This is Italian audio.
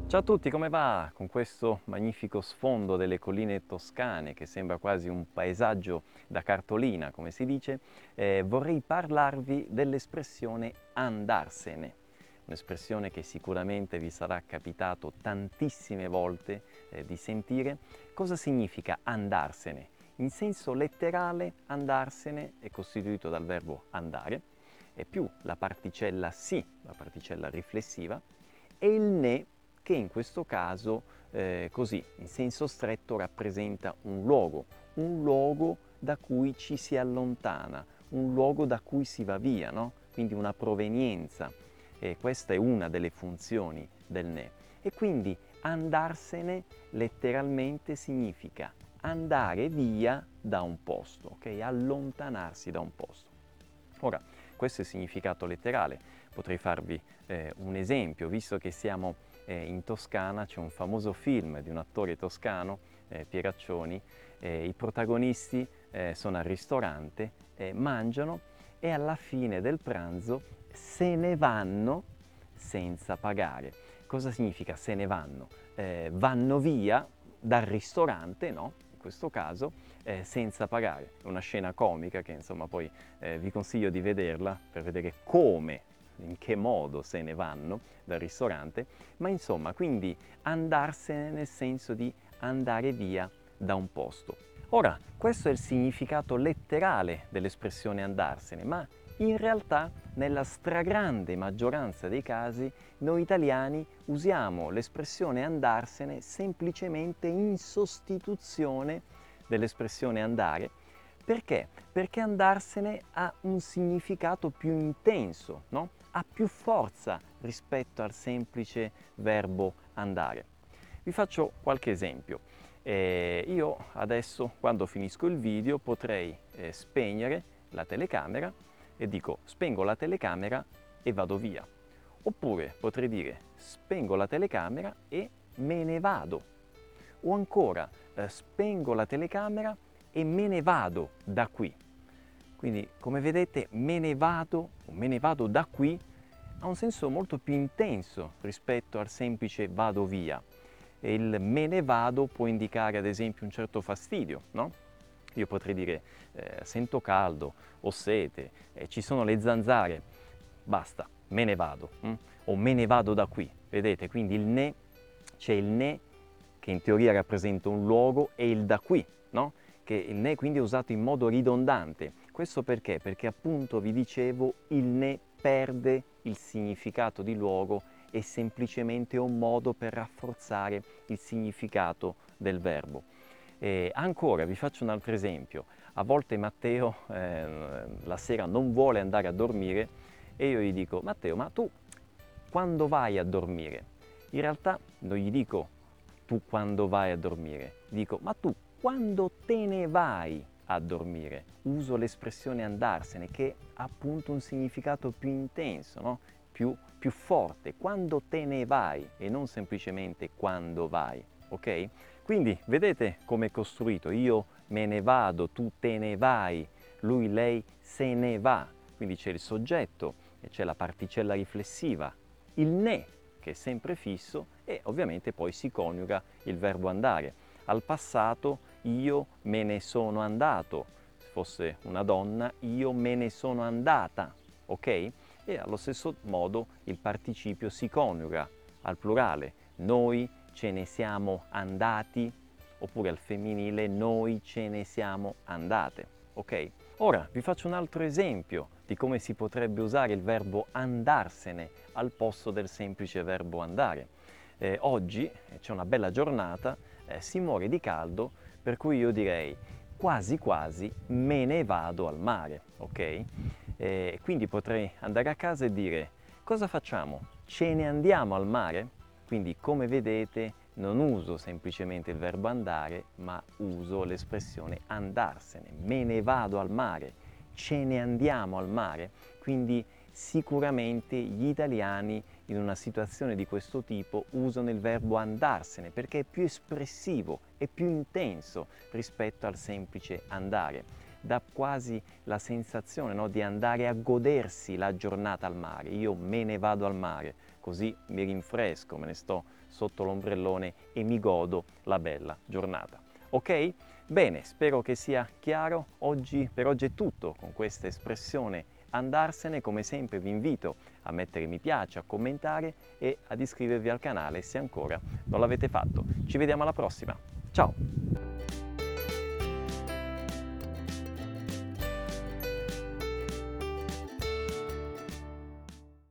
Ciao a tutti, come va? Con questo magnifico sfondo delle colline toscane che sembra quasi un paesaggio da cartolina, come si dice, vorrei parlarvi dell'espressione andarsene, un'espressione che sicuramente vi sarà capitato tantissime volte di sentire. Cosa significa andarsene? In senso letterale, andarsene è costituito dal verbo andare, e più la particella si, la particella riflessiva, e il ne, che in questo caso, così, in senso stretto, rappresenta un luogo da cui ci si allontana, un luogo da cui si va via, no? Quindi una provenienza. E questa è una delle funzioni del ne. E quindi andarsene letteralmente significa andare via da un posto, ok? Allontanarsi da un posto. Ora, questo è il significato letterale. Potrei farvi un esempio, visto che siamo in Toscana, c'è un famoso film di un attore toscano, Pieraccioni. I protagonisti sono al ristorante, mangiano e alla fine del pranzo se ne vanno senza pagare. Cosa significa se ne vanno? Vanno via dal ristorante, no? In questo caso, senza pagare. È una scena comica che insomma poi vi consiglio di vederla per vedere come, in che modo se ne vanno dal ristorante, ma insomma quindi andarsene nel senso di andare via da un posto. Ora, questo è il significato letterale dell'espressione andarsene, ma in realtà nella stragrande maggioranza dei casi noi italiani usiamo l'espressione andarsene semplicemente in sostituzione dell'espressione andare. Perché? Perché andarsene ha un significato più intenso, no? Ha più forza rispetto al semplice verbo andare. Vi faccio qualche esempio. Io adesso, quando finisco il video, potrei spegnere la telecamera e dico spengo la telecamera e vado via. Oppure potrei dire spengo la telecamera e me ne vado. O ancora spengo la telecamera e me ne vado da qui. Quindi, come vedete, me ne vado o me ne vado da qui ha un senso molto più intenso rispetto al semplice vado via. E il me ne vado può indicare ad esempio un certo fastidio, no? Io potrei dire sento caldo, ho sete, ci sono le zanzare, basta, me ne vado, o me ne vado da qui. Vedete, quindi il ne, c'è il ne che in teoria rappresenta un luogo e il da qui, no? Che il ne quindi è usato in modo ridondante. Questo perché? Perché appunto vi dicevo il ne perde il significato di luogo, è semplicemente un modo per rafforzare il significato del verbo. Ancora, vi faccio un altro esempio. A volte Matteo la sera non vuole andare a dormire e io gli dico: Matteo, ma tu quando vai a dormire? In realtà non gli dico tu quando vai a dormire, dico ma tu quando te ne vai a dormire? Uso l'espressione andarsene che ha appunto un significato più intenso, no? più forte, quando te ne vai e non semplicemente quando vai, ok? Quindi vedete come è costruito, io me ne vado, tu te ne vai, lui, lei se ne va, quindi c'è il soggetto e c'è la particella riflessiva, il ne che è sempre fisso e ovviamente poi si coniuga il verbo andare. Al passato io me ne sono andato, se fosse una donna io me ne sono andata, ok? E allo stesso modo il participio si coniuga al plurale, noi ce ne siamo andati, oppure al femminile noi ce ne siamo andate, ok? Ora vi faccio un altro esempio di come si potrebbe usare il verbo andarsene al posto del semplice verbo andare. Oggi c'è una bella giornata, si muore di caldo, per cui io direi quasi quasi me ne vado al mare, ok? Quindi potrei andare a casa e dire cosa facciamo? Ce ne andiamo al mare? Quindi come vedete non uso semplicemente il verbo andare, ma uso l'espressione andarsene. Me ne vado al mare, ce ne andiamo al mare. Quindi sicuramente gli italiani in una situazione di questo tipo usano il verbo andarsene perché è più espressivo, è più intenso rispetto al semplice andare. Dà quasi la sensazione, no, di andare a godersi la giornata al mare. Io me ne vado al mare, così mi rinfresco, me ne sto sotto l'ombrellone e mi godo la bella giornata. Ok? Bene, spero che sia chiaro. Per oggi è tutto con questa espressione andarsene. Come sempre vi invito a mettere mi piace, a commentare e ad iscrivervi al canale se ancora non l'avete fatto. Ci vediamo alla prossima. Ciao!